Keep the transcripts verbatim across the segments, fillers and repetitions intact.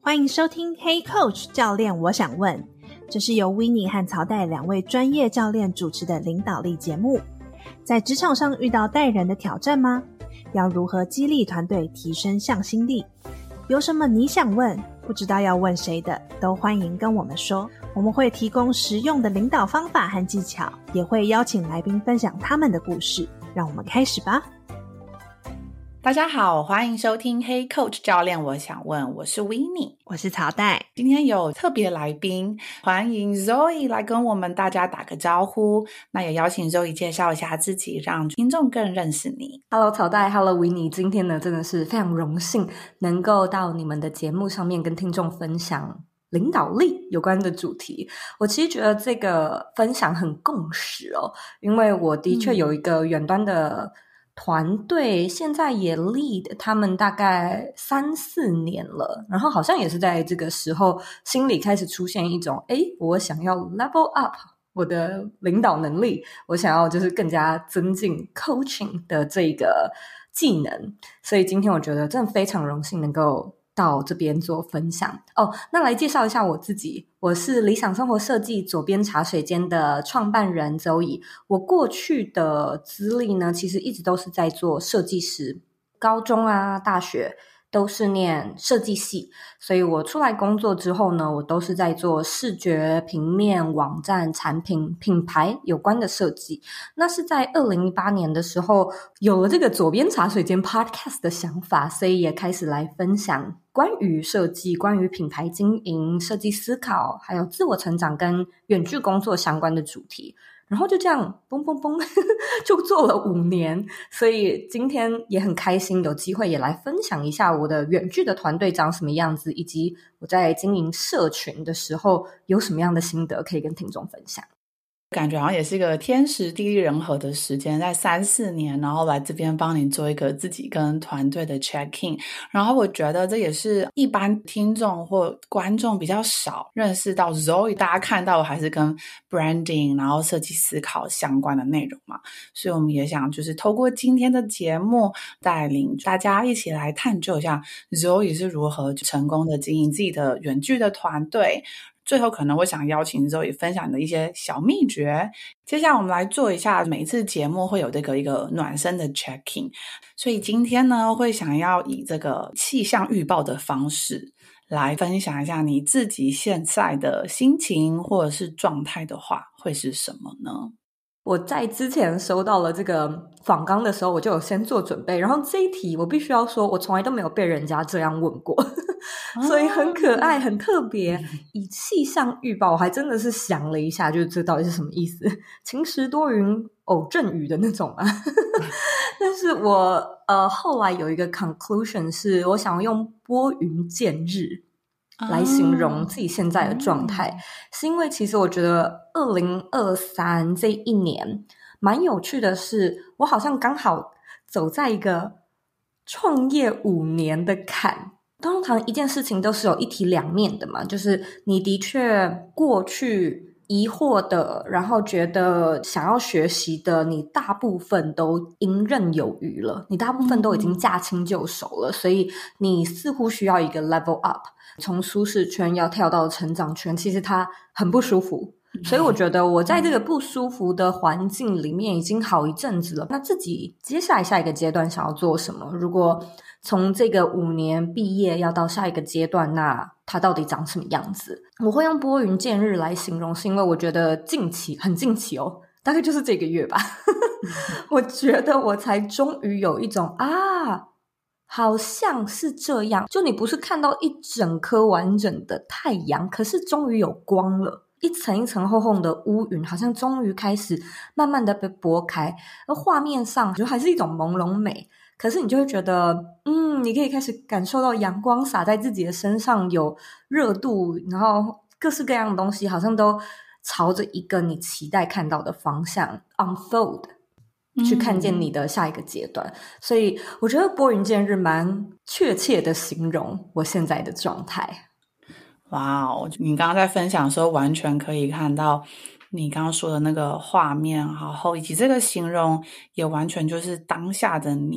欢迎收听 Hey Coach 教练我想问，这是由 Winnie 和曹代两位专业教练主持的领导力节目。在职场上遇到带人的挑战吗？要如何激励团队提升向心力？有什么你想问不知道要问谁的，都欢迎跟我们说，我们会提供实用的领导方法和技巧，也会邀请来宾分享他们的故事。让我们开始吧。 大家好，欢迎收听 Hey Coach 教练我想问，我是 Winnie， 我是曹代。 今天有特别来宾，欢迎 Zoe 来跟我们大家打个招呼，那也邀请 Zoe 介绍一下自己，让听众更认识你。 Hello 曹代 Hello Winnie， 今天呢真的是非常荣幸能够到你们的节目上面跟听众分享领导力有关的主题。我其实觉得这个分享很共识哦，因为我的确有一个远端的团队现在也 lead 他们大概三四年了，然后好像也是在这个时候心里开始出现一种诶我想要 level up 我的领导能力，我想要就是更加增进 coaching 的这个技能，所以今天我觉得真的非常荣幸能够到这边做分享哦。那来介绍一下我自己，我是理想生活设计左边茶水间的创办人 Zoe。 我过去的资历呢其实一直都是在做设计师，高中啊大学都是念设计系，所以我出来工作之后呢，我都是在做视觉、平面、网站、产品、品牌有关的设计。那是在二零一八年的时候有了这个左边茶水间 podcast 的想法，所以也开始来分享关于设计、关于品牌经营、设计思考，还有自我成长跟远距工作相关的主题。然后就这样嘣嘣嘣就做了五年，所以今天也很开心有机会也来分享一下我的远距的团队长什么样子，以及我在经营社群的时候有什么样的心得可以跟听众分享。 感觉好像也是一个天时地利人和的时间，在三四年然后来这边帮你做一个自己跟团队的 check in， 然后我觉得这也是一般听众或观众比较少认识到 Zoe， 大家看到还是跟 branding 然后设计思考相关的内容嘛，所以我们也想就是透过今天的节目带领大家一起来探究一下 Zoe 是如何成功的经营自己的远距的团队，最后可能会想邀请 Zoe 分享的一些小秘诀。接下来我们来做一下每一次节目会有这个一个暖身的 check-in， 所以今天呢会想要以这个气象预报的方式来分享一下你自己现在的心情或者是状态的话会是什么呢？ 我在之前收到了这个访纲的时候我就有先做准备，然后这一题我必须要说我从来都没有被人家这样问过所以很可爱很特别。以气象预报我还真的是想了一下，就是这到底是什么意思，晴时多云偶阵雨的那种吗但是我呃后来有一个 conclusion 是我想要用拨云见日来形容自己现在的状态、oh. 是因为其实我觉得二零二三这一年蛮有趣的是，我好像刚好走在一个创业五年的坎。通常一件事情都是有一体两面的嘛，就是你的确过去疑惑的，然后觉得想要学习的，你大部分都游刃有余了，你大部分都已经驾轻就熟了、嗯、所以你似乎需要一个 level up， 从舒适圈要跳到成长圈，其实它很不舒服，所以我觉得我在这个不舒服的环境里面已经好一阵子了。那自己接下来下一个阶段想要做什么，如果从这个五年毕业要到下一个阶段，那它到底长什么样子，我会用拨云见日来形容，是因为我觉得近期很近期哦，大概就是这个月吧我觉得我才终于有一种啊好像是这样，就你不是看到一整颗完整的太阳，可是终于有光了，一层一层厚厚的乌云好像终于开始慢慢的被拨开，而画面上就还是一种朦胧美，可是你就会觉得嗯，你可以开始感受到阳光洒在自己的身上，有热度，然后各式各样的东西好像都朝着一个你期待看到的方向 unfold去看见你的下一个阶段、嗯、所以我觉得拨云见日蛮确切的形容我现在的状态。 哇哦，你刚刚在分享的时候完全可以看到你刚刚说的那个画面，然后以及这个形容也完全就是当下的你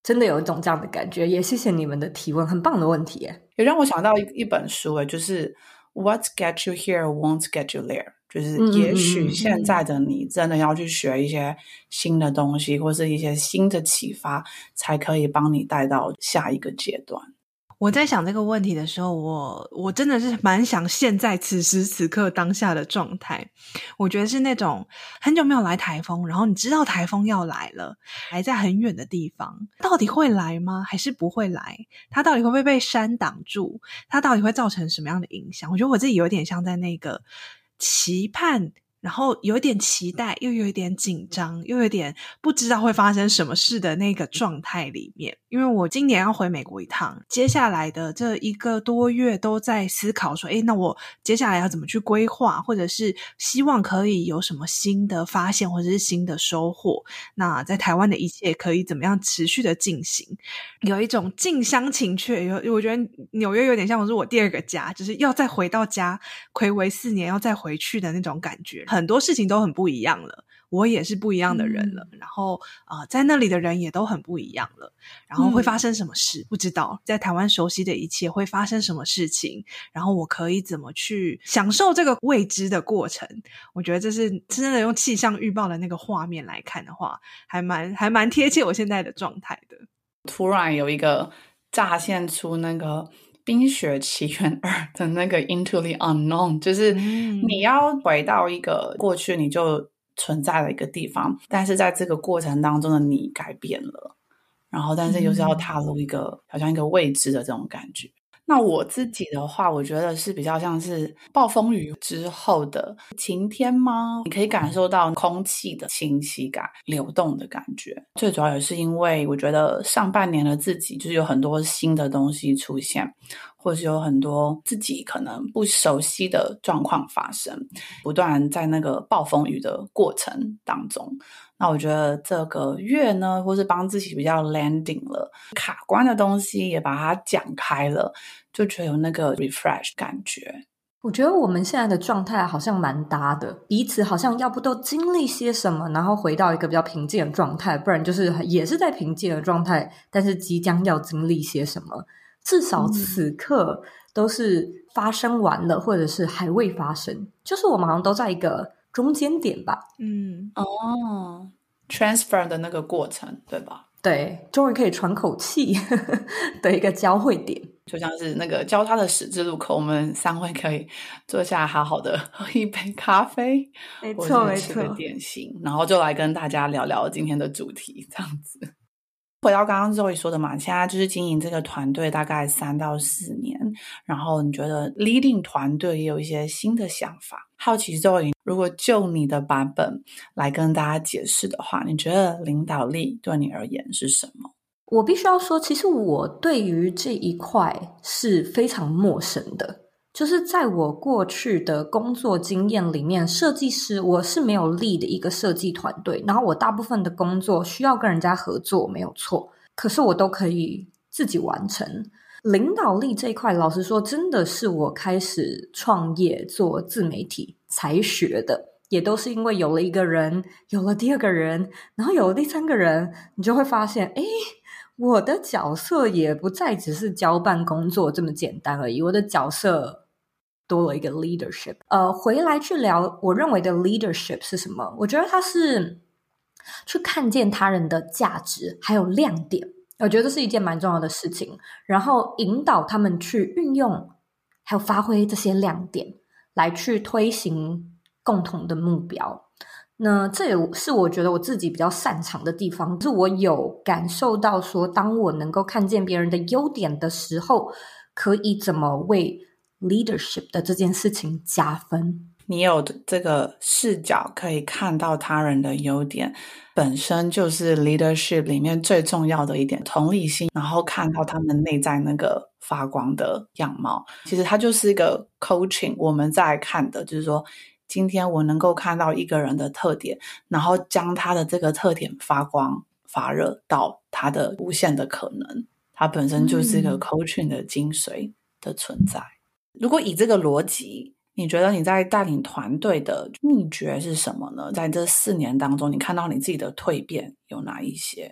真的有一种这样的感觉，也谢谢你们的提问，很棒的问题耶。 也让我想到 一, 一本书，就是 What gets you here won't get you there， 就是也许现在的你真的要去学一些新的东西，或是一些新的启发，才可以帮你带到下一个阶段。 我在想这个问题的时候，我我真的是蛮想现在此时此刻当下的状态。我觉得是那种很久没有来台风，然后你知道台风要来了，还在很远的地方，到底会来吗？还是不会来？它到底会不会被山挡住？它到底会造成什么样的影响？我觉得我自己有点像在那个期盼，然后有一点期待，又有一点紧张，又有点不知道会发生什么事的那个状态里面。因为我今年要回美国一趟，接下来的这一个多月都在思考说，诶，那我接下来要怎么去规划，或者是希望可以有什么新的发现或者是新的收获，那在台湾的一切可以怎么样持续的进行，有一种近乡情怯。有我觉得纽约有点像是我第二个家，就是要再回到家，睽违四年要再回去的那种感觉。很多事情都很不一样了，我也是不一样的人了，嗯、然后呃，在那里的人也都很不一样了，然后会发生什么事、嗯、不知道，在台湾熟悉的一切会发生什么事情，然后我可以怎么去享受这个未知的过程。我觉得这是真的用气象预报的那个画面来看的话，还蛮还蛮贴切我现在的状态的。 突然有一个乍现出那个冰雪奇缘二的那个 Into the Unknown， 就是你要回到一个过去你就存在的一个地方，但是在这个过程当中的你改变了，然后但是又是要踏入一个、嗯、好像一个未知的这种感觉。那我自己的话，我觉得是比较像是暴风雨之后的晴天吗？你可以感受到空气的清晰感、流动的感觉。最主要也是因为我觉得上半年的自己就是有很多新的东西出现，或是有很多自己可能不熟悉的状况发生，不断在那个暴风雨的过程当中。那我觉得这个月呢，或是帮自己比较 landing 了，卡关的东西也把它讲开了，就觉得有那个 refresh 感觉。 我觉得我们现在的状态好像蛮搭的，彼此好像要不都经历些什么，然后回到一个比较平静的状态，不然就是也是在平静的状态，但是即将要经历些什么。至少此刻都是发生完了、嗯、或者是还未发生，就是我们好像都在一个中间点吧。 嗯，哦 transfer 的那个过程对吧？ 对，终于可以喘口气的一个交汇点， 就像是那个交叉的十字路口，我们三位可以坐下来好好的喝一杯咖啡， 没错或者吃个点心，然后就来跟大家聊聊今天的主题这样子。回到刚刚 Zoe 说的嘛，现在就是经营这个团队大概三到四年，然后你觉得 leading 团队也有一些新的想法。好奇 Zoe， 如果就你的版本来跟大家解释的话，你觉得领导力对你而言是什么？ 我必须要说，其实我对于这一块是非常陌生的。就是在我过去的工作经验里面，设计师我是没有lead的一个设计团队，然后我大部分的工作需要跟人家合作没有错，可是我都可以自己完成。领导力这一块老实说真的是我开始创业做自媒体才学的，也都是因为有了一个人，有了第二个人，然后有了第三个人，你就会发现诶我的角色也不再只是交办工作这么简单而已，我的角色多了一个 leadership。 呃，回来去聊我认为的 leadership 是什么，我觉得它是去看见他人的价值还有亮点，我觉得这是一件蛮重要的事情，然后引导他们去运用还有发挥这些亮点来去推行共同的目标。那这也是我觉得我自己比较擅长的地方，是我有感受到说当我能够看见别人的优点的时候，可以怎么为 leadership 的这件事情加分。 你有这个视角可以看到他人的优点，本身就是 leadership 里面最重要的一点，同理心，然后看到他们内在那个发光的样貌。其实它就是一个 coaching， 我们在看的就是说今天我能够看到一个人的特点，然后将他的这个特点发光发热到他的无限的可能，它本身就是一个 coaching 的精髓的存在、嗯、如果以这个逻辑，你觉得你在带领团队的秘诀是什么呢？在这四年当中，你看到你自己的蜕变有哪一些？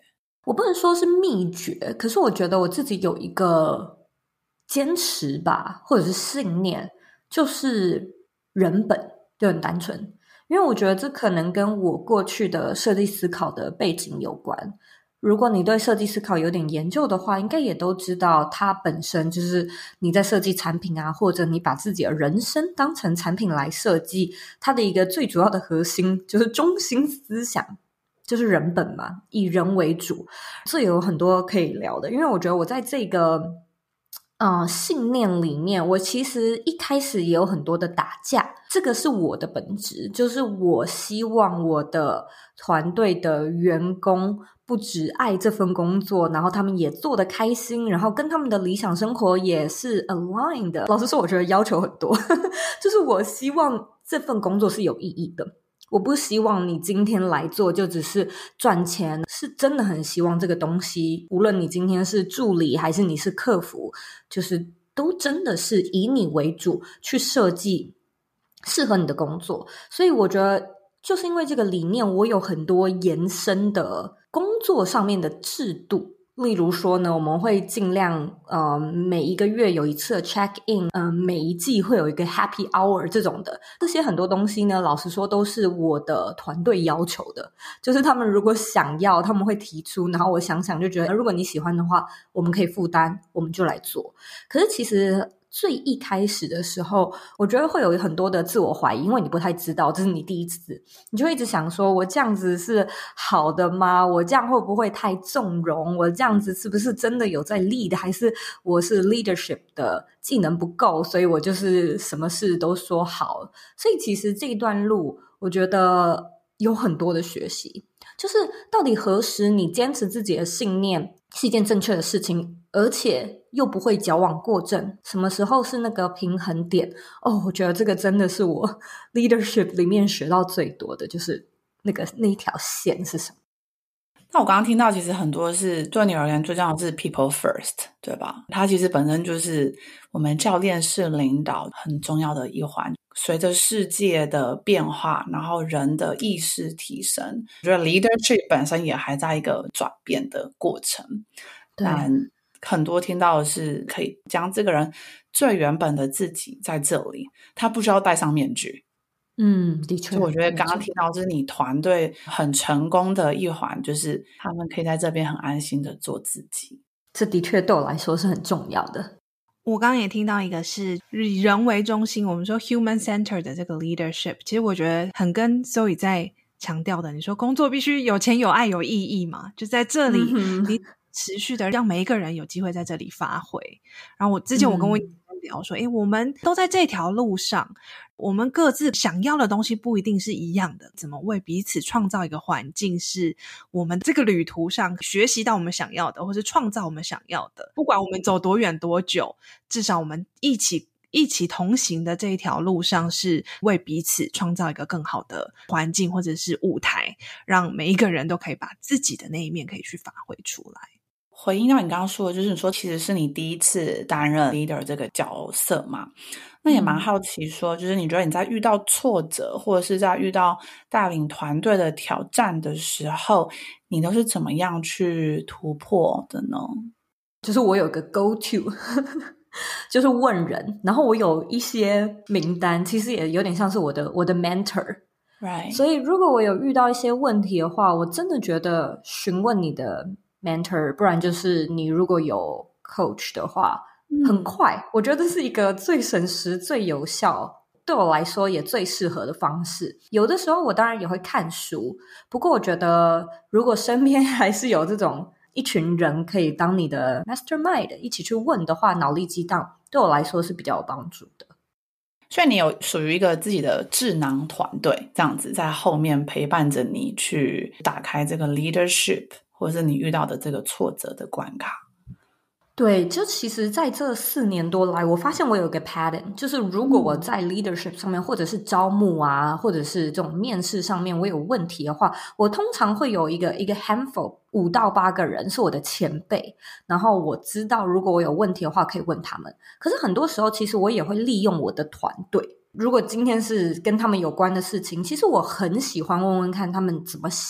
我不能说是秘诀，可是我觉得我自己有一个坚持吧，或者是信念，就是人本，就很单纯。因为我觉得这可能跟我过去的设计思考的背景有关。如果你对设计思考有点研究的话，应该也都知道它本身就是你在设计产品啊，或者你把自己的人生当成产品来设计，它的一个最主要的核心就是中心思想，就是人本嘛，以人为主。这有很多可以聊的，因为我觉得我在这个呃信念里面，我其实一开始也有很多的打架，这个是我的本质，就是我希望我的团队的员工不只爱这份工作，然后他们也做得开心，然后跟他们的理想生活也是 aligned 的。老实说我觉得要求很多就是我希望这份工作是有意义的，我不希望你今天来做就只是赚钱，是真的很希望这个东西，无论你今天是助理还是你是客服，就是都真的是以你为主去设计适合你的工作。所以我觉得就是因为这个理念，我有很多延伸的工作上面的制度。例如说呢，我们会尽量呃每一个月有一次的 check in， 呃每一季会有一个 happy hour 这种的。这些很多东西呢，老实说都是我的团队要求的，就是他们如果想要他们会提出，然后我想想就觉得如果你喜欢的话我们可以负担，我们就来做。可是其实最一开始的时候，我觉得会有很多的自我怀疑，因为你不太知道，这是你第一次，你就会一直想说我这样子是好的吗？我这样会不会太纵容？我这样子是不是真的有在 lead， 还是我是 leadership 的技能不够，所以我就是什么事都说好。所以其实这一段路我觉得有很多的学习，就是到底何时你坚持自己的信念是一件正确的事情，而且又不会矫枉过正，什么时候是那个平衡点。哦，我觉得这个真的是我 leadership 里面学到最多的，就是那个那一条线是什么。 那我刚刚听到其实很多是对你而言最重要的是 people first， 对吧？它其实本身就是我们教练式领导很重要的一环。随着世界的变化，然后人的意识提升，我觉得 leadership 本身也还在一个转变的过程。但很多听到的是可以将这个人最原本的自己在这里，他不需要戴上面具。 嗯，的确。 所以我觉得刚刚听到就是你团队很成功的一环，就是他们可以在这边很安心的做自己。 这的确对我来说是很重要的。 我刚刚也听到一个是以人为中心，我们说 human center 的这个 leadership， 其实我觉得很跟 Zoe 在强调的，你说工作必须有钱有爱有意义嘛，就在这里、嗯、你持续的让每一个人有机会在这里发挥。然后我之前我跟我聊说、嗯、诶我们都在这条路上，我们各自想要的东西不一定是一样的，怎么为彼此创造一个环境，是我们这个旅途上学习到我们想要的，或是创造我们想要的。不管我们走多远多久，至少我们一起一起同行的这一条路上是为彼此创造一个更好的环境或者是舞台，让每一个人都可以把自己的那一面可以去发挥出来。 回应到你刚刚说的，就是你说其实是你第一次担任 leader 这个角色嘛，那也蛮好奇说，就是你觉得你在遇到挫折或者是在遇到带领团队的挑战的时候，你都是怎么样去突破的呢？ 就是我有个 go to 就是问人，然后我有一些名单，其实也有点像是我的我的 mentor， right。 所以如果我有遇到一些问题的话，我真的觉得询问你的 mentor， 不然就是你如果有 coach 的话、嗯、很快，我觉得是一个最省时最有效，对我来说也最适合的方式。有的时候我当然也会看书，不过我觉得如果身边还是有这种一群人可以当你的 mastermind 一起去问的话，脑力激荡对我来说是比较有帮助的。 所以你有属于一个自己的智囊团队，这样子在后面陪伴着你去打开这个 leadership 或者是你遇到的这个挫折的关卡。 对，就其实在这四年多来，我发现我有一个 pattern， 就是如果我在 leadership 上面、嗯、或者是招募啊，或者是这种面试上面我有问题的话，我通常会有一个一个 handful 五到八个人是我的前辈，然后我知道如果我有问题的话可以问他们。可是很多时候其实我也会利用我的团队，如果今天是跟他们有关的事情，其实我很喜欢问问看他们怎么想。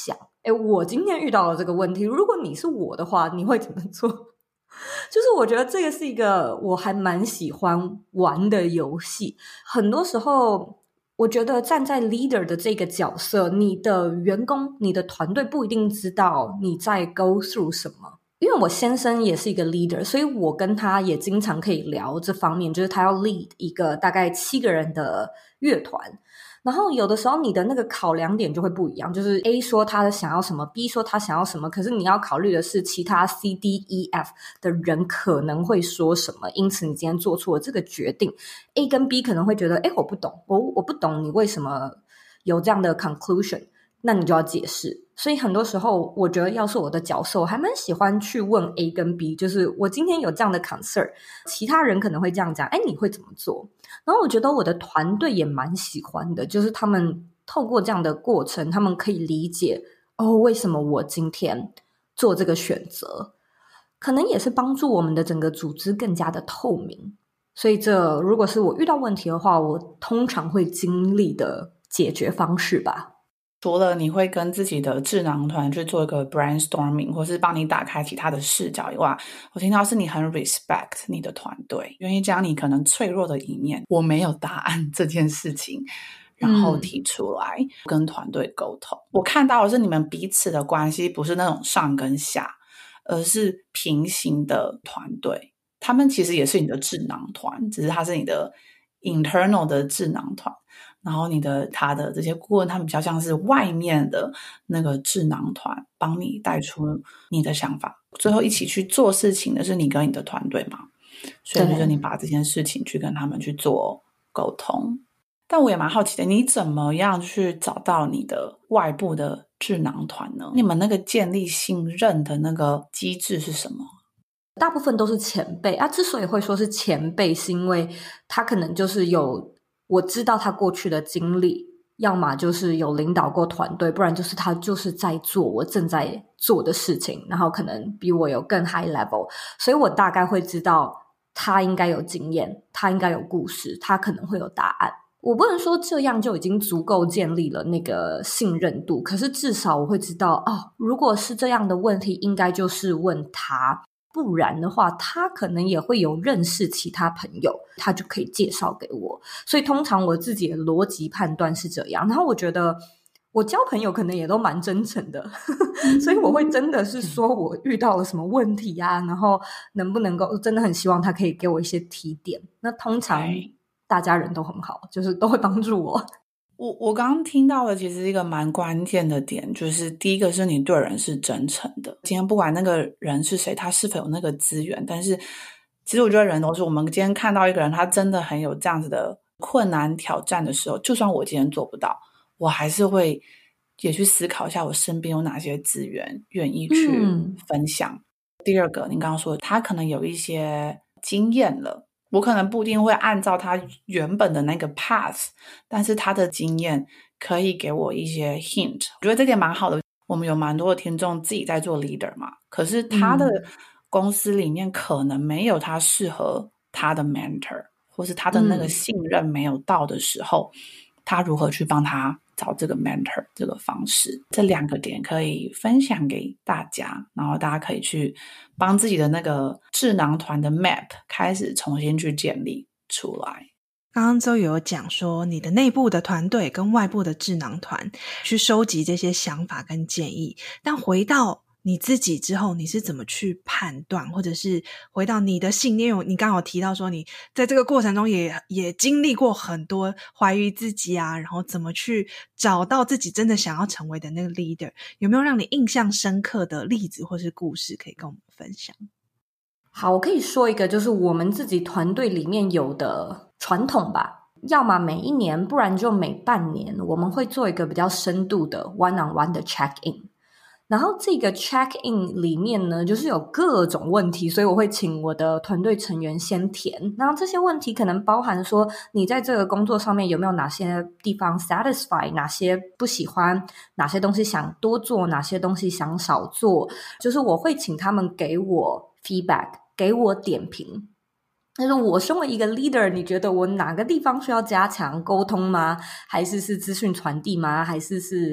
诶，我今天遇到了这个问题，如果你是我的话，你会怎么做？就是我觉得这个是一个我还蛮喜欢玩的游戏。很多时候我觉得站在 leader 的这个角色，你的员工你的团队不一定知道你在 go through 什么。因为我先生也是一个 leader， 所以我跟他也经常可以聊这方面，就是他要 lead 一个大概七个人的乐团，然后有的时候你的那个考量点就会不一样，就是 A 说他想要什么， B 说他想要什么，可是你要考虑的是其他 C D E F 的人可能会说什么，因此你今天做出了这个决定。 A 跟 B 可能会觉得诶我不懂，我我不懂你为什么有这样的 conclusion， 那你就要解释。所以很多时候我觉得要是我的角色，我还蛮喜欢去问 A 跟 B， 就是我今天有这样的 concern， 其他人可能会这样讲，诶你会怎么做？然后我觉得我的团队也蛮喜欢的，就是他们透过这样的过程，他们可以理解哦，为什么我今天做这个选择，可能也是帮助我们的整个组织更加的透明。所以这如果是我遇到问题的话，我通常会经历的解决方式吧。 除了你会跟自己的智囊团去做一个 brainstorming 或是帮你打开其他的视角以外，我听到是你很 respect 你的团队，愿意将你可能脆弱的一面，我没有答案这件事情然后提出来、嗯、跟团队沟通。我看到的是你们彼此的关系不是那种上跟下，而是平行的团队，他们其实也是你的智囊团，只是他是你的 internal 的智囊团，然后你的他的这些顾问他们比较像是外面的那个智囊团，帮你带出你的想法，最后一起去做事情的是你跟你的团队嘛，所以就是你把这件事情去跟他们去做沟通。但我也蛮好奇的，你怎么样去找到你的外部的智囊团呢？你们那个建立信任的那个机制是什么？ 大部分都是前辈啊，之所以会说是前辈，是因为他可能就是有我知道他过去的经历，要么就是有领导过团队，不然就是他就是在做我正在做的事情，然后可能比我有更 high level， 所以我大概会知道他应该有经验，他应该有故事，他可能会有答案。我不能说这样就已经足够建立了那个信任度，可是至少我会知道哦，如果是这样的问题应该就是问他，不然的话他可能也会有认识其他朋友，他就可以介绍给我。所以通常我自己的逻辑判断是这样，然后我觉得我交朋友可能也都蛮真诚的所以我会真的是说我遇到了什么问题啊，然后能不能够真的很希望他可以给我一些提点，那通常大家人都很好，就是都会帮助我。 我我刚刚听到的其实一个蛮关键的点，就是第一个是你对人是真诚的，今天不管那个人是谁，他是否有那个资源，但是其实我觉得人都是，我们今天看到一个人他真的很有这样子的困难挑战的时候，就算我今天做不到，我还是会也去思考一下我身边有哪些资源愿意去分享、嗯、第二个您刚刚说他可能有一些经验了，我可能不一定会按照他原本的那个 path， 但是他的经验可以给我一些 hint， 我觉得这点蛮好的。我们有蛮多的听众自己在做 leader 嘛，可是他的公司里面可能没有他适合他的 mentor， 或是他的那个信任没有到的时候、嗯、他如何去帮他找这个 mentor 这个方式，这两个点可以分享给大家，然后大家可以去帮自己的那个智囊团的 map 开始重新去建立出来。 刚刚周有讲说你的内部的团队跟外部的智囊团去收集这些想法跟建议，但回到你自己之后，你是怎么去判断，或者是回到你的信念？你刚好提到说你在这个过程中也也经历过很多怀疑自己啊，然后怎么去找到自己真的想要成为的那个 leader， 有没有让你印象深刻的例子或是故事可以跟我们分享？ 好，我可以说一个就是我们自己团队里面有的传统吧，要么每一年不然就每半年我们会做一个比较深度的 one on one 的 check in，然后这个 check in 里面呢就是有各种问题，所以我会请我的团队成员先填，然后这些问题可能包含说你在这个工作上面有没有哪些地方 satisfy， 哪些不喜欢，哪些东西想多做，哪些东西想少做，就是我会请他们给我 feedback， 给我点评，但是我身为一个 leader， 你觉得我哪个地方需要加强沟通吗？还是是资讯传递吗？还是是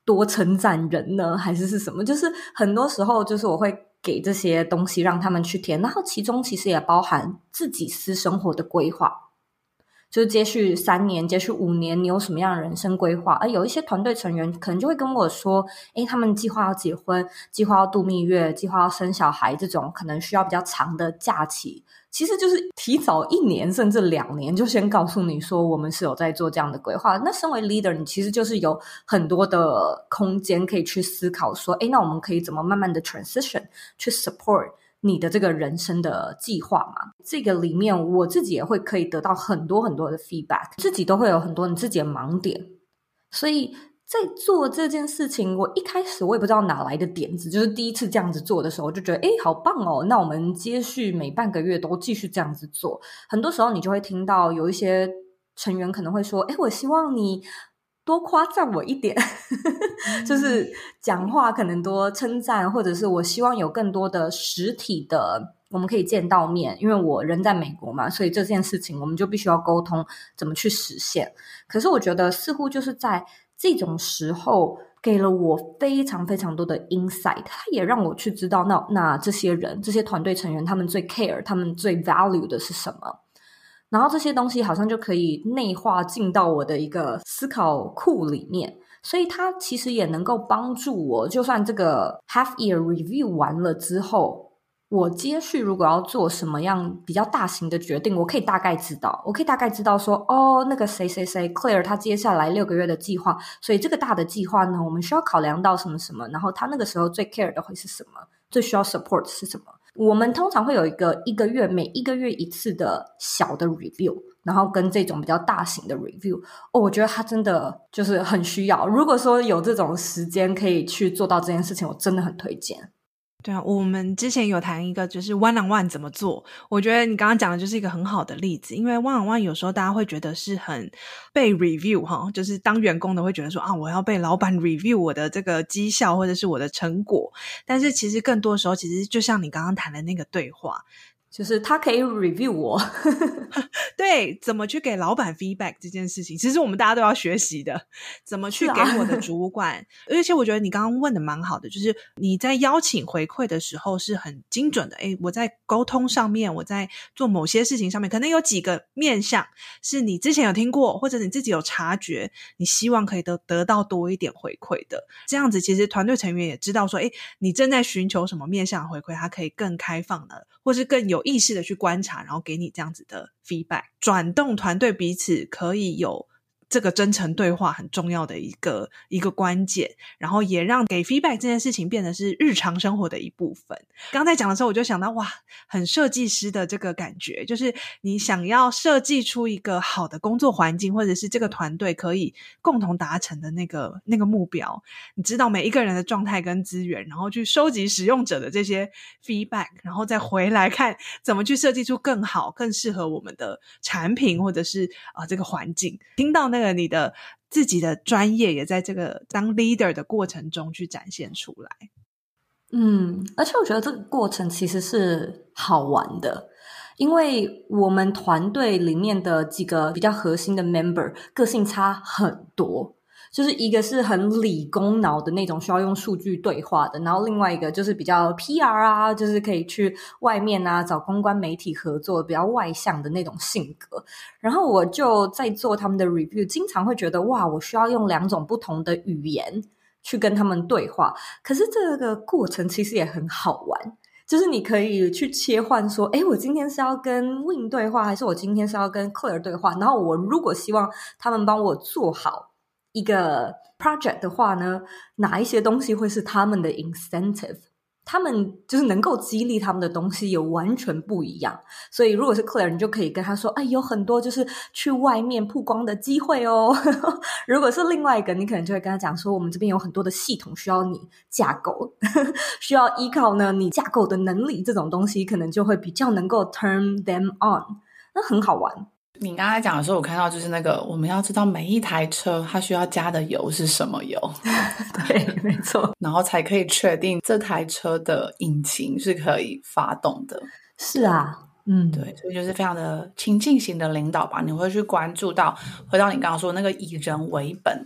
多称赞人呢，还是是什么？就是很多时候就是我会给这些东西让他们去填，然后其中其实也包含自己私生活的规划，就是接续三年接续五年你有什么样的人生规划。而有一些团队成员可能就会跟我说，诶，他们计划要结婚，计划要度蜜月，计划要生小孩，这种可能需要比较长的假期，其实就是提早一年甚至两年就先告诉你说我们是有在做这样的规划。那身为 leader 你其实就是有很多的空间可以去思考说，诶，那我们可以怎么慢慢的 transition 去 support你的这个人生的计划嘛。这个里面我自己也会可以得到很多很多的 feedback， 自己都会有很多你自己的盲点。所以在做这件事情，我一开始我也不知道哪来的点子，就是第一次这样子做的时候我就觉得诶好棒哦，那我们接续每半个月都继续这样子做。很多时候你就会听到有一些成员可能会说，诶我希望你多夸赞我一点就是讲话可能多称赞，或者是我希望有更多的实体的我们可以见到面，因为我人在美国嘛，所以这件事情我们就必须要沟通怎么去实现。可是我觉得似乎就是在这种时候给了我非常非常多的 insight， 它也让我去知道那那这些人这些团队成员他们最 care 他们最 value 的是什么，然后这些东西好像就可以内化进到我的一个思考库里面，所以它其实也能够帮助我，就算这个 half year review 完了之后，我接续如果要做什么样比较大型的决定，我可以大概知道我可以大概知道说，哦，那个谁谁谁 Claire 他接下来六个月的计划，所以这个大的计划呢我们需要考量到什么什么，然后他那个时候最 care 的会是什么，最需要 support 是什么。我们通常会有一个一个月每一个月一次的小的 review， 然后跟这种比较大型的 review， 哦，我觉得它真的就是很需要，如果说有这种时间可以去做到这件事情，我真的很推荐。 对啊，我们之前有谈一个就是 one on one 怎么做，我觉得你刚刚讲的就是一个很好的例子。因为 one on one 有时候大家会觉得是很被 review 哈，就是当员工的会觉得说啊，我要被老板 review 我的这个绩效或者是我的成果，但是其实更多时候其实就像你刚刚谈的那个对话， 就是他可以 review 我对，怎么去给老板 feedback 这件事情其实我们大家都要学习的，怎么去给我的主管、啊、而且我觉得你刚刚问的蛮好的，就是你在邀请回馈的时候是很精准的。诶，我在沟通上面，我在做某些事情上面可能有几个面向是你之前有听过，或者你自己有察觉你希望可以得得到多一点回馈的，这样子其实团队成员也知道说，诶，你正在寻求什么面向的回馈，他可以更开放的或是更有意识的去观察，然后给你这样子的 feedback， 转动团队彼此可以有这个真诚对话很重要的一个一个关键，然后也让给 feedback 这件事情变得是日常生活的一部分。刚才讲的时候我就想到，哇，很设计师的这个感觉，就是你想要设计出一个好的工作环境，或者是这个团队可以共同达成的那个那个目标，你知道每一个人的状态跟资源，然后去收集使用者的这些 feedback， 然后再回来看怎么去设计出更好更适合我们的产品或者是、呃、这个环境。听到那个你的自己的专业也在这个当 leader 的过程中去展现出来。 嗯，而且我觉得这个过程其实是好玩的，因为我们团队里面的几个比较核心的 member 个性差很多，就是一个是很理工脑的那种需要用数据对话的，然后另外一个就是比较 P R 啊，就是可以去外面啊找公关媒体合作比较外向的那种性格。然后我就在做他们的 review， 经常会觉得哇，我需要用两种不同的语言去跟他们对话，可是这个过程其实也很好玩，就是你可以去切换说，诶，我今天是要跟 Win 对话，还是我今天是要跟 Claire 对话，然后我如果希望他们帮我做好一个 project 的话呢，哪一些东西会是他们的 incentive， 他们就是能够激励他们的东西也完全不一样。所以如果是 Claire， 你就可以跟他说，哎，有很多就是去外面曝光的机会哦如果是另外一个，你可能就会跟他讲说，我们这边有很多的系统需要你架构需要依靠呢你架构的能力，这种东西可能就会比较能够 turn them on， 那很好玩。 你刚才讲的时候我看到就是那个我们要知道每一台车它需要加的油是什么油对，没错， 然后才可以确定这台车的引擎是可以发动的。 是啊，嗯， 对，所以就是非常的情境型的领导吧，你会去关注到回到你刚刚说那个以人为本的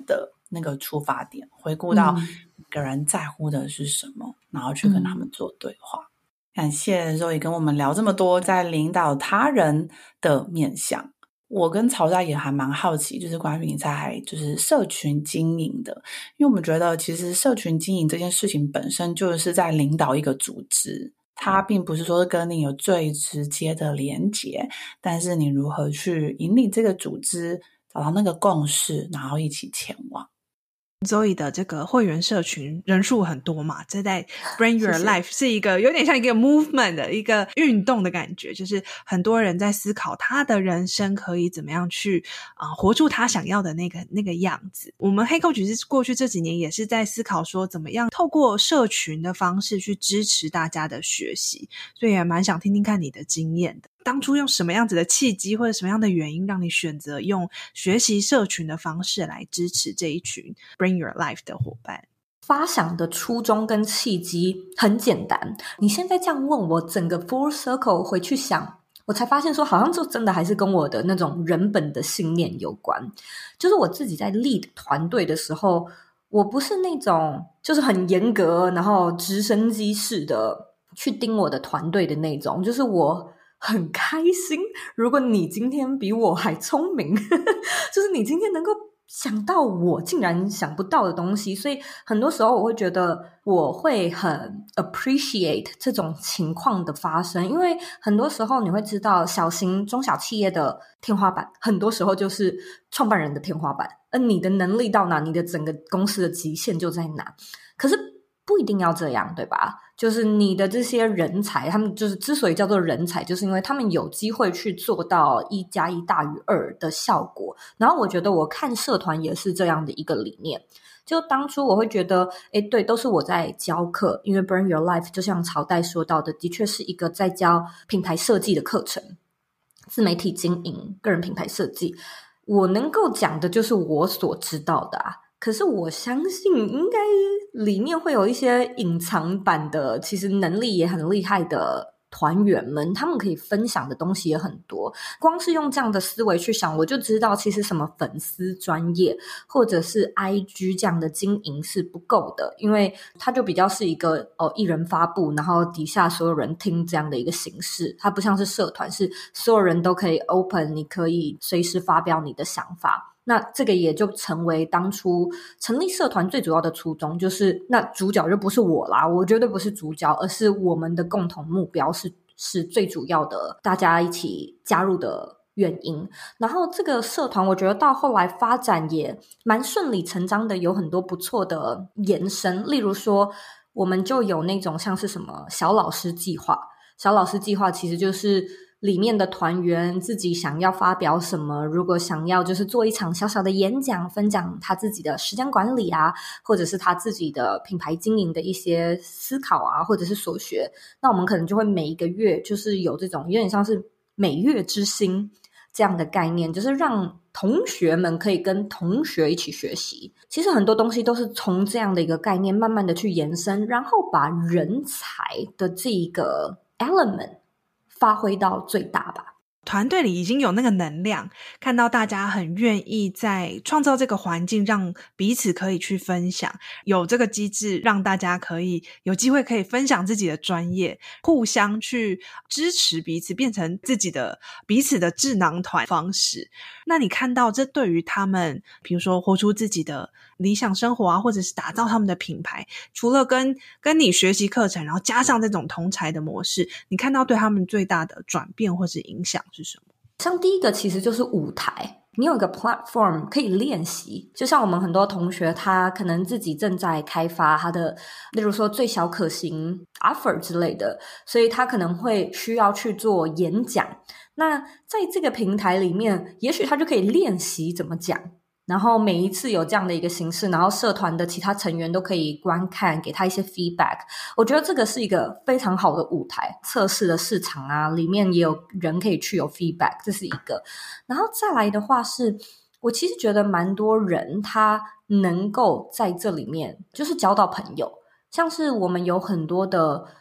那个出发点，回顾到嗯每个人在乎的是什么，然后去跟他们做对话。嗯、感谢 Zoe 跟我们聊这么多在领导他人的面向。我跟曹代也还蛮好奇，就是关于你在就是社群经营的，因为我们觉得其实社群经营这件事情本身就是在领导一个组织，它并不是说跟你有最直接的连结，但是你如何去引领这个组织找到那个共识，然后一起前往。 Zoe 的这个会员社群人数很多嘛，这在 Bring Your Life 是一个有点像一个 movement 的一个运动的感觉，就是很多人在思考他的人生可以怎么样去、呃、活出他想要的那个那个样子。我们黑 coach 是过去这几年也是在思考说怎么样透过社群的方式去支持大家的学习，所以也蛮想听听看你的经验的。当初用什么样子的契机或者什么样的原因让你选择用学习社群的方式来支持这一群 Bring Your Life 的伙伴？ 发想的初衷跟契机很简单，你现在这样问我，整个 full circle 回去想，我才发现说好像就真的还是跟我的那种人本的信念有关。就是我自己在 lead 团队的时候，我不是那种就是很严格然后直升机式的去盯我的团队的那种，就是我很开心如果你今天比我还聪明就是你今天能够想到我竟然想不到的东西，所以很多时候我会觉得我会很 appreciate 这种情况的发生，因为很多时候你会知道小型中小企业的天花板很多时候就是创办人的天花板，而你的能力到哪，你的整个公司的极限就在哪。可是不一定要这样，对吧？就是你的这些人才，他们就是之所以叫做人才，就是因为他们有机会去做到一加一大于二的效果。然后我觉得我看社团也是这样的一个理念，就当初我会觉得诶对，都是我在教课，因为 Bring Your Life 就像曹代说到的，的确是一个在教品牌设计的课程，自媒体经营、个人品牌设计，我能够讲的就是我所知道的啊。可是我相信应该里面会有一些隐藏版的，其实能力也很厉害的团员们，他们可以分享的东西也很多。光是用这样的思维去想，我就知道其实什么粉丝专业或者是 I G 这样的经营是不够的，因为它就比较是一个哦一人发布然后底下所有人听这样的一个形式，它不像是社团是所有人都可以 open， 你可以随时发表你的想法。那这个也就成为当初成立社团最主要的初衷，就是那主角就不是我啦，我绝对不是主角，而是我们的共同目标是是最主要的，大家一起加入的原因。然后这个社团我觉得到后来发展也蛮顺理成章的，有很多不错的延伸，例如说我们就有那种像是什么小老师计划，小老师计划其实就是里面的团员自己想要发表什么，如果想要就是做一场小小的演讲，分享他自己的时间管理啊，或者是他自己的品牌经营的一些思考啊，或者是所学，那我们可能就会每一个月就是有这种有点像是每月之星这样的概念，就是让同学们可以跟同学一起学习。其实很多东西都是从这样的一个概念慢慢的去延伸，然后把人才的这一个 element发挥到最大吧。 团队里已经有那个能量，看到大家很愿意在创造这个环境，让彼此可以去分享，有这个机制让大家可以有机会可以分享自己的专业，互相去支持彼此，变成自己的彼此的智囊团方式。那你看到这对于他们比如说活出自己的理想生活啊，或者是打造他们的品牌，除了跟跟你学习课程，然后加上这种同侪的模式，你看到对他们最大的转变或是影响是什么？ 像第一个其实就是舞台，你有一个 platform 可以练习，就像我们很多同学他可能自己正在开发他的例如说最小可行 offer 之类的，所以他可能会需要去做演讲，那在这个平台里面也许他就可以练习怎么讲，然后每一次有这样的一个形式，然后社团的其他成员都可以观看，给他一些 feedback。 我觉得这个是一个非常好的舞台，测试的市场啊，里面也有人可以去有 feedback， 这是一个。然后再来的话是我其实觉得蛮多人他能够在这里面就是交到朋友，像是我们有很多的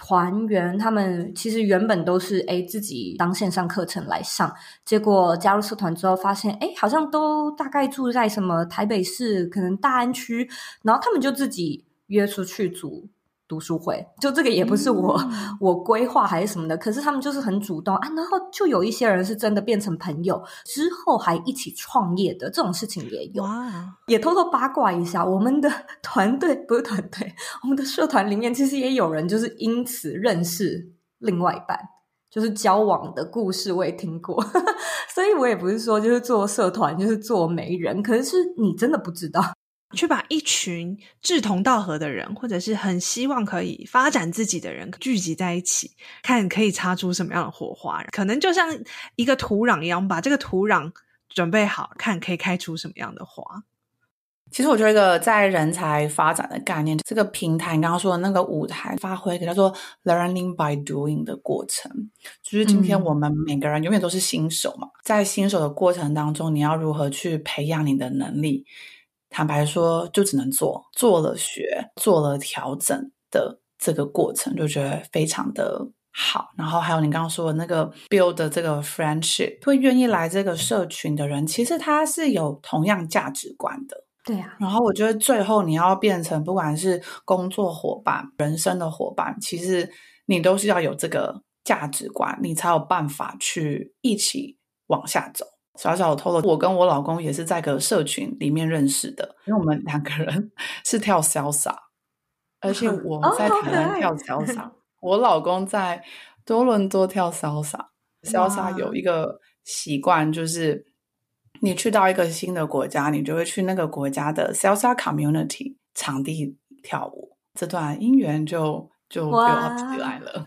团员他们其实原本都是诶自己当线上课程来上，结果加入社团之后发现诶好像都大概住在什么台北市可能大安区，然后他们就自己约出去组读书会，就这个也不是我、嗯、我规划还是什么的，可是他们就是很主动啊，然后就有一些人是真的变成朋友，之后还一起创业的这种事情也有。哇，也偷偷八卦一下，我们的团队不是团队，我们的社团里面其实也有人就是因此认识另外一半，就是交往的故事我也听过所以我也不是说就是做社团就是做媒人，可是你真的不知道去把一群志同道合的人，或者是很希望可以发展自己的人聚集在一起，看可以擦出什么样的火花，可能就像一个土壤一样，把这个土壤准备好，看可以开出什么样的花。 其实我觉得一个在人才发展的概念，这个平台你刚刚说的那个舞台发挥一个叫做 learning by doing 的过程，就是今天我们每个人永远都是新手嘛、嗯、在新手的过程当中，你要如何去培养你的能力，坦白说就只能做，做了学，做了调整的这个过程就觉得非常的好。然后还有你刚刚说的那个 build 的这个 friendship， 会愿意来这个社群的人其实他是有同样价值观的。 对啊， 然后我觉得最后你要变成不管是工作伙伴人生的伙伴，其实你都是要有这个价值观，你才有办法去一起往下走。小小透露，我跟我老公也是在个社群里面认识的，因为我们两个人是跳salsa，而且我在台湾跳salsa、哦、我老公在多伦多跳salsa。 salsa 有一个习惯，就是你去到一个新的国家，你就会去那个国家的 salsa community 场地跳舞，这段姻缘就就 build up 起来了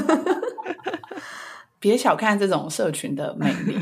别小看这种社群的魅力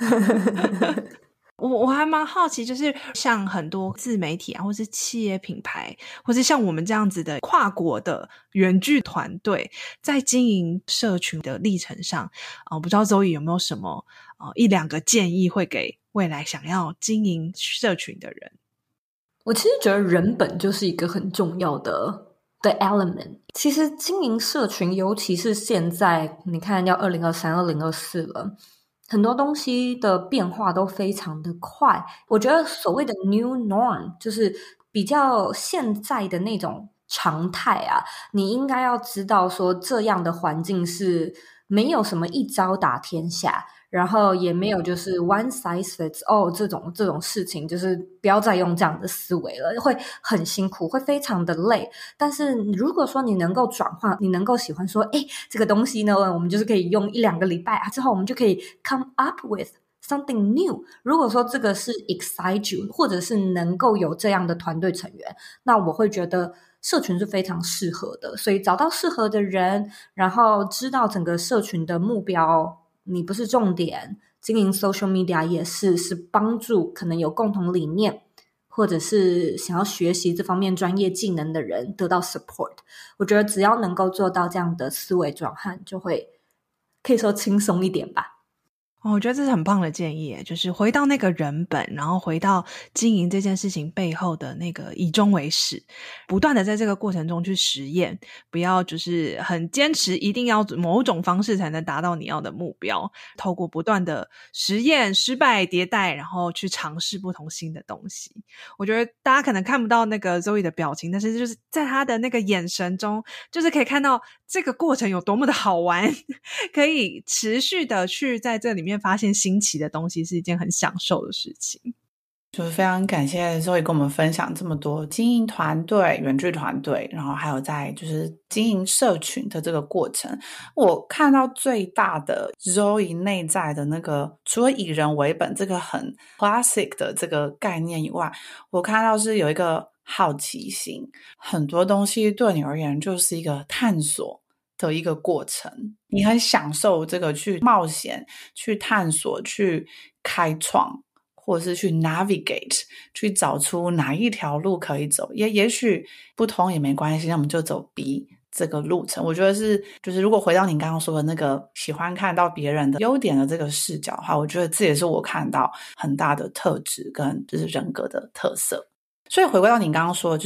我我还蛮好奇，就是像很多自媒体啊，或是企业品牌，或是像我们这样子的跨国的远距团队，在经营社群的历程上，呃、不知道 Zoe 有没有什么、呃、一两个建议会给未来想要经营社群的人？ 我其实觉得人本就是一个很重要的的 element。 其实经营社群，尤其是现在你看要二零二三、二零二四了，很多东西的变化都非常的快。我觉得所谓的 new norm 就是比较现在的那种常态啊，你应该要知道说这样的环境是没有什么一招打天下，然后也没有就是 one size fits all 这种这种事情，就是不要再用这样的思维了，会很辛苦，会非常的累。但是如果说你能够转换，你能够喜欢说诶这个东西呢，我们就是可以用一两个礼拜啊，之后我们就可以 come up with something new。 如果说这个是 excite you， 或者是能够有这样的团队成员，那我会觉得社群是非常适合的。所以找到适合的人，然后知道整个社群的目标你不是重点，经营 social media 也是是帮助可能有共同理念或者是想要学习这方面专业技能的人得到 support。 我觉得只要能够做到这样的思维转换，就会可以说轻松一点吧。 哦，我觉得这是很棒的建议，就是回到那个人本，然后回到经营这件事情背后的那个以终为始，不断的在这个过程中去实验，不要就是很坚持一定要某种方式才能达到你要的目标，透过不断的实验、失败、迭代，然后去尝试不同新的东西。我觉得大家可能看不到那个 Zoe 的表情，但是就是在她的那个眼神中，就是可以看到这个过程有多么的好玩可以持续的去在这里面发现新奇的东西，是一件很享受的事情。 就是非常感谢 Zoe 跟我们分享这么多经营团队、远距团队，然后还有在就是经营社群的这个过程。我看到最大的 Zoe 内在的那个，除了以人为本这个很 classic 的这个概念以外，我看到是有一个好奇心，很多东西对你而言就是一个探索的一个过程，你很享受这个去冒险、去探索、去开创，或者是去 navigate， 去找出哪一条路可以走，也也许不通也没关系，那我们就走 B 这个路程。我觉得是就是如果回到你刚刚说的那个喜欢看到别人的优点的这个视角的话，我觉得这也是我看到很大的特质跟就是人格的特色。所以回归到你刚刚说的，就是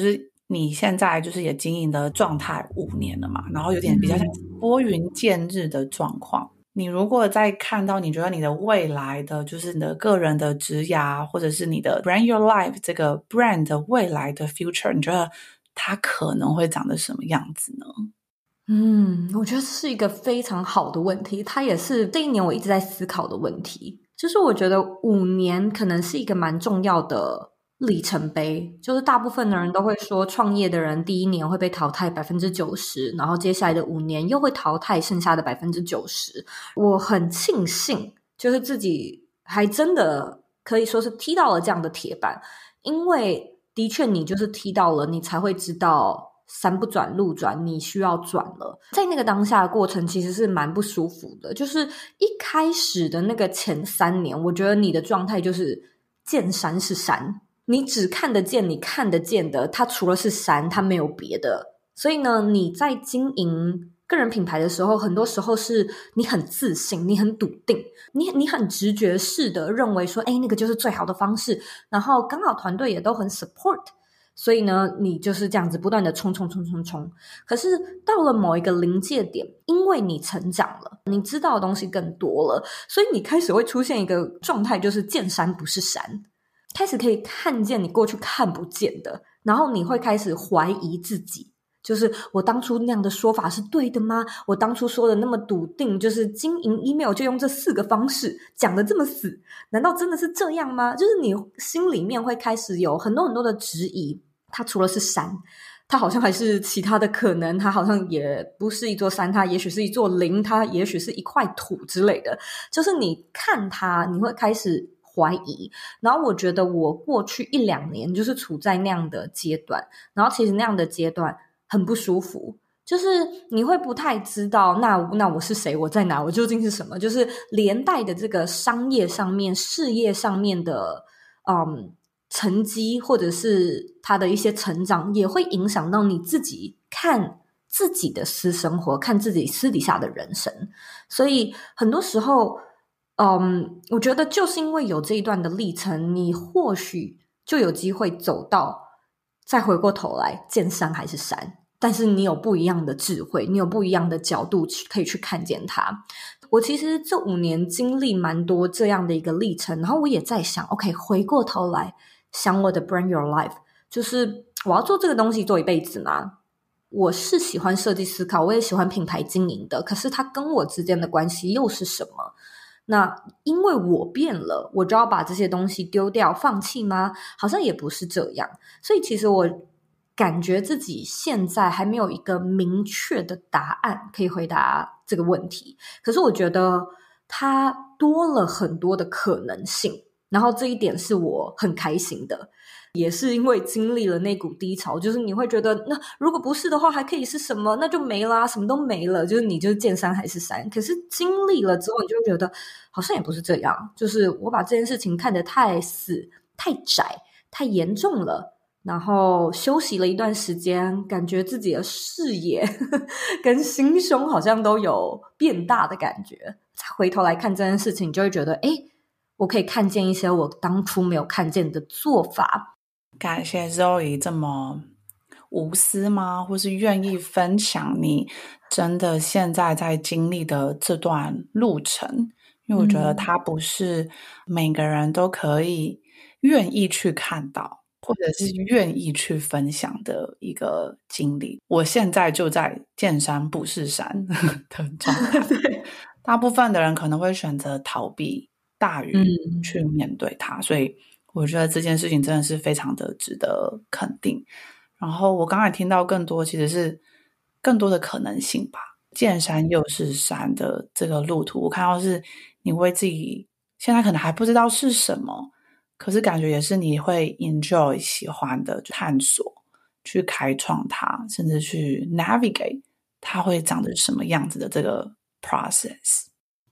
你现在就是也经营的状态五年了嘛，然后有点比较像拨云见日的状况。你如果在看到你觉得你的未来的就是你的个人的职涯，或者是你的 brand your life 这个 brand 的未来的 future， 你觉得它可能会长得什么样子呢？ 嗯，我觉得是一个非常好的问题，它也是这一年我一直在思考的问题。就是我觉得五年可能是一个蛮重要的里程碑，就是大部分的人都会说创业的人第一年会被淘汰 百分之九十， 然后接下来的五年又会淘汰剩下的 百分之九十。 我很庆幸就是自己还真的可以说是踢到了这样的铁板，因为的确你就是踢到了，你才会知道山不转路转，你需要转了。在那个当下的过程其实是蛮不舒服的，就是一开始的那个前三年，我觉得你的状态就是见山是山，你只看得见你看得见的，它除了是山它没有别的。所以呢，你在经营个人品牌的时候，很多时候是你很自信，你很笃定，你你很直觉式的认为说，诶，那个就是最好的方式，然后刚好团队也都很 support，所以呢，你就是这样子不断的冲冲冲冲冲。可是到了某一个临界点，因为你成长了，你知道的东西更多了，所以你开始会出现一个状态，就是见山不是山，开始可以看见你过去看不见的，然后你会开始怀疑自己，就是我当初那样的说法是对的吗？我当初说的那么笃定，就是经营 email 就用这四个方式，讲的这么死，难道真的是这样吗？就是你心里面会开始有很多很多的质疑，它除了是山，它好像还是其他的可能，它好像也不是一座山，它也许是一座林，它也许是一块土之类的。就是你看它，你会开始怀疑。然后我觉得我过去一两年就是处在那样的阶段，然后其实那样的阶段很不舒服，就是你会不太知道那那我是谁，我在哪，我究竟是什么，就是连带的这个商业上面事业上面的嗯成绩，或者是他的一些成长，也会影响到你自己看自己的私生活，看自己私底下的人生。所以很多时候嗯，我觉得就是因为有这一段的历程，你或许就有机会走到再回过头来见山还是山，但是你有不一样的智慧，你有不一样的角度可以去看见它。我其实这五年经历蛮多这样的一个历程，然后我也在想 OK 回过头来想我的 brand your life， 就是我要做这个东西做一辈子吗？我是喜欢设计思考，我也喜欢品牌经营的，可是它跟我之间的关系又是什么？那因为我变了，我就要把这些东西丢掉放弃吗？好像也不是这样。所以其实我感觉自己现在还没有一个明确的答案可以回答这个问题，可是我觉得它多了很多的可能性，然后这一点是我很开心的。也是因为经历了那股低潮，就是你会觉得那如果不是的话还可以是什么，那就没啦，什么都没了，就是你就是见山还是山。可是经历了之后你就会觉得好像也不是这样，就是我把这件事情看得太死太窄太严重了，然后休息了一段时间，感觉自己的视野呵呵跟心胸好像都有变大的感觉，再回头来看这件事情，就会觉得诶我可以看见一些我当初没有看见的做法。 感谢 Zoe 这么无私吗？或是愿意分享你真的现在在经历的这段路程，因为我觉得它不是每个人都可以愿意去看到或者是愿意去分享的一个经历。我现在就在见山不是山的状态大部分的人可能会选择逃避大于去面对它、嗯、所以我觉得这件事情真的是非常的值得肯定。然后我刚才听到更多其实是更多的可能性吧，见山又是山的这个路途，我看到是你为自己现在可能还不知道是什么，可是感觉也是你会 enjoy 喜欢的探索，去开创它，甚至去 navigate 它会长得什么样子的这个 process。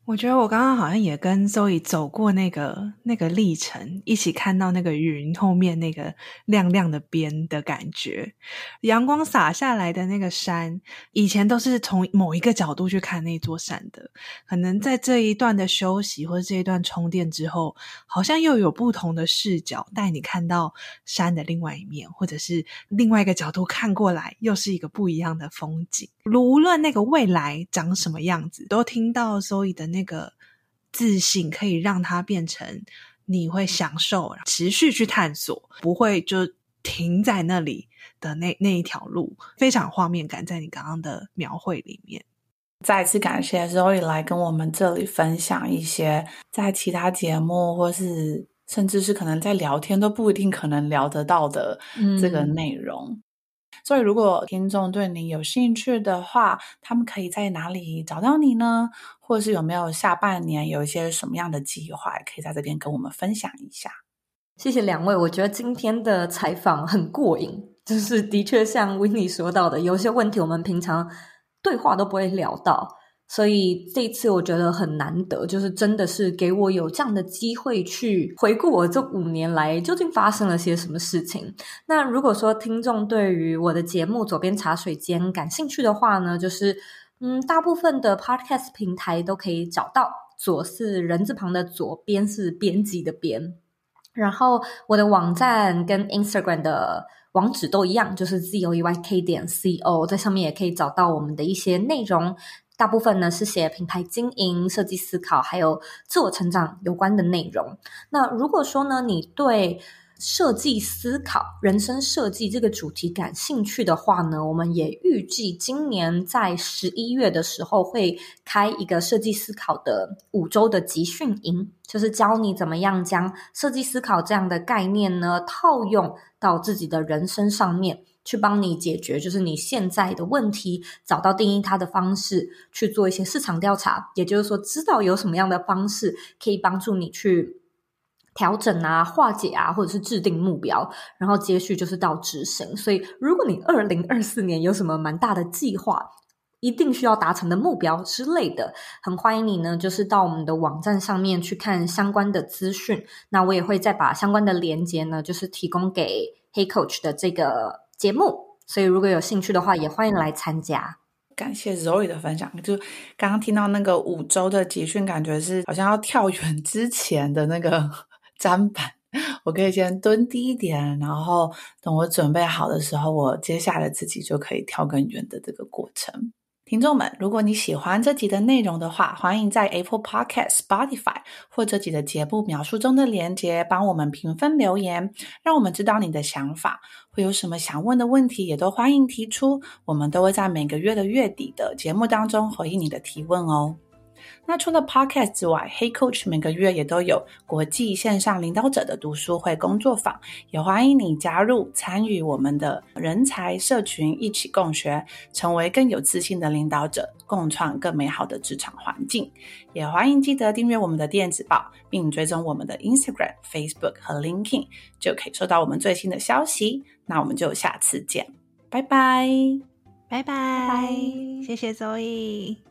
我觉得我刚刚好像也跟 Zoe 走过那个那个历程，一起看到那个云后面那个亮亮的边的感觉，阳光洒下来的那个山，以前都是从某一个角度去看那座山的，可能在这一段的休息或者这一段充电之后，好像又有不同的视角带你看到山的另外一面，或者是另外一个角度看过来又是一个不一样的风景。无论那个未来长什么样子，都听到 Zoe 的那个自信可以让它变成你会享受持续去探索，不会就停在那里的那那一条路，非常画面感在你刚刚的描绘里面。 再次感谢 Zoe 来跟我们这里分享一些在其他节目或是甚至是可能在聊天都不一定可能聊得到的这个内容、嗯所以如果听众对你有兴趣的话，他们可以在哪里找到你呢？或者是有没有下半年有一些什么样的计划，可以在这边跟我们分享一下。 谢谢两位，我觉得今天的采访很过瘾，就是的确像 Winnie 说到的，有些问题我们平常对话都不会聊到，所以这一次我觉得很难得，就是真的是给我有这样的机会去回顾我这五年来究竟发生了些什么事情。那如果说听众对于我的节目左边茶水间感兴趣的话呢，就是嗯，大部分的 podcast 平台都可以找到，左是人字旁的左，边是编辑的边，然后我的网站跟 Instagram 的网址都一样，就是 zoeyk 点 co， 在上面也可以找到我们的一些内容，大部分呢是写品牌经营、设计思考还有自我成长有关的内容。那如果说呢你对设计思考、人生设计这个主题感兴趣的话呢，我们也预计今年在十一月的时候会开一个设计思考的五周的集训营，就是教你怎么样将设计思考这样的概念呢套用到自己的人生上面，去帮你解决就是你现在的问题，找到定义它的方式，去做一些市场调查，也就是说知道有什么样的方式可以帮助你去调整啊、化解啊，或者是制定目标，然后接续就是到执行。所以如果你二零二四年有什么蛮大的计划，一定需要达成的目标之类的，很欢迎你呢就是到我们的网站上面去看相关的资讯，那我也会再把相关的连结呢就是提供给 Hey Coach 的这个节目，所以如果有兴趣的话也欢迎来参加。 感谢 Zoe 的分享，就刚刚听到那个五周的集训，感觉是好像要跳远之前的那个砧板，我可以先蹲低一点，然后等我准备好的时候，我接下来自己就可以跳更远的这个过程。听众们，如果你喜欢这集的内容的话，欢迎在 Apple Podcast、Spotify 或这集的节目描述中的连结帮我们评分留言，让我们知道你的想法，会有什么想问的问题也都欢迎提出，我们都会在每个月的月底的节目当中回应你的提问哦。那除了 Podcast 之外， Hey Coach 每个月也都有国际线上领导者的读书会工作坊，也欢迎你加入参与我们的人才社群，一起共学，成为更有自信的领导者，共创更美好的职场环境。也欢迎记得订阅我们的电子报，并追踪我们的 Instagram、Facebook 和 LinkedIn， 就可以收到我们最新的消息。那我们就下次见，拜拜拜拜，谢谢 Zoe。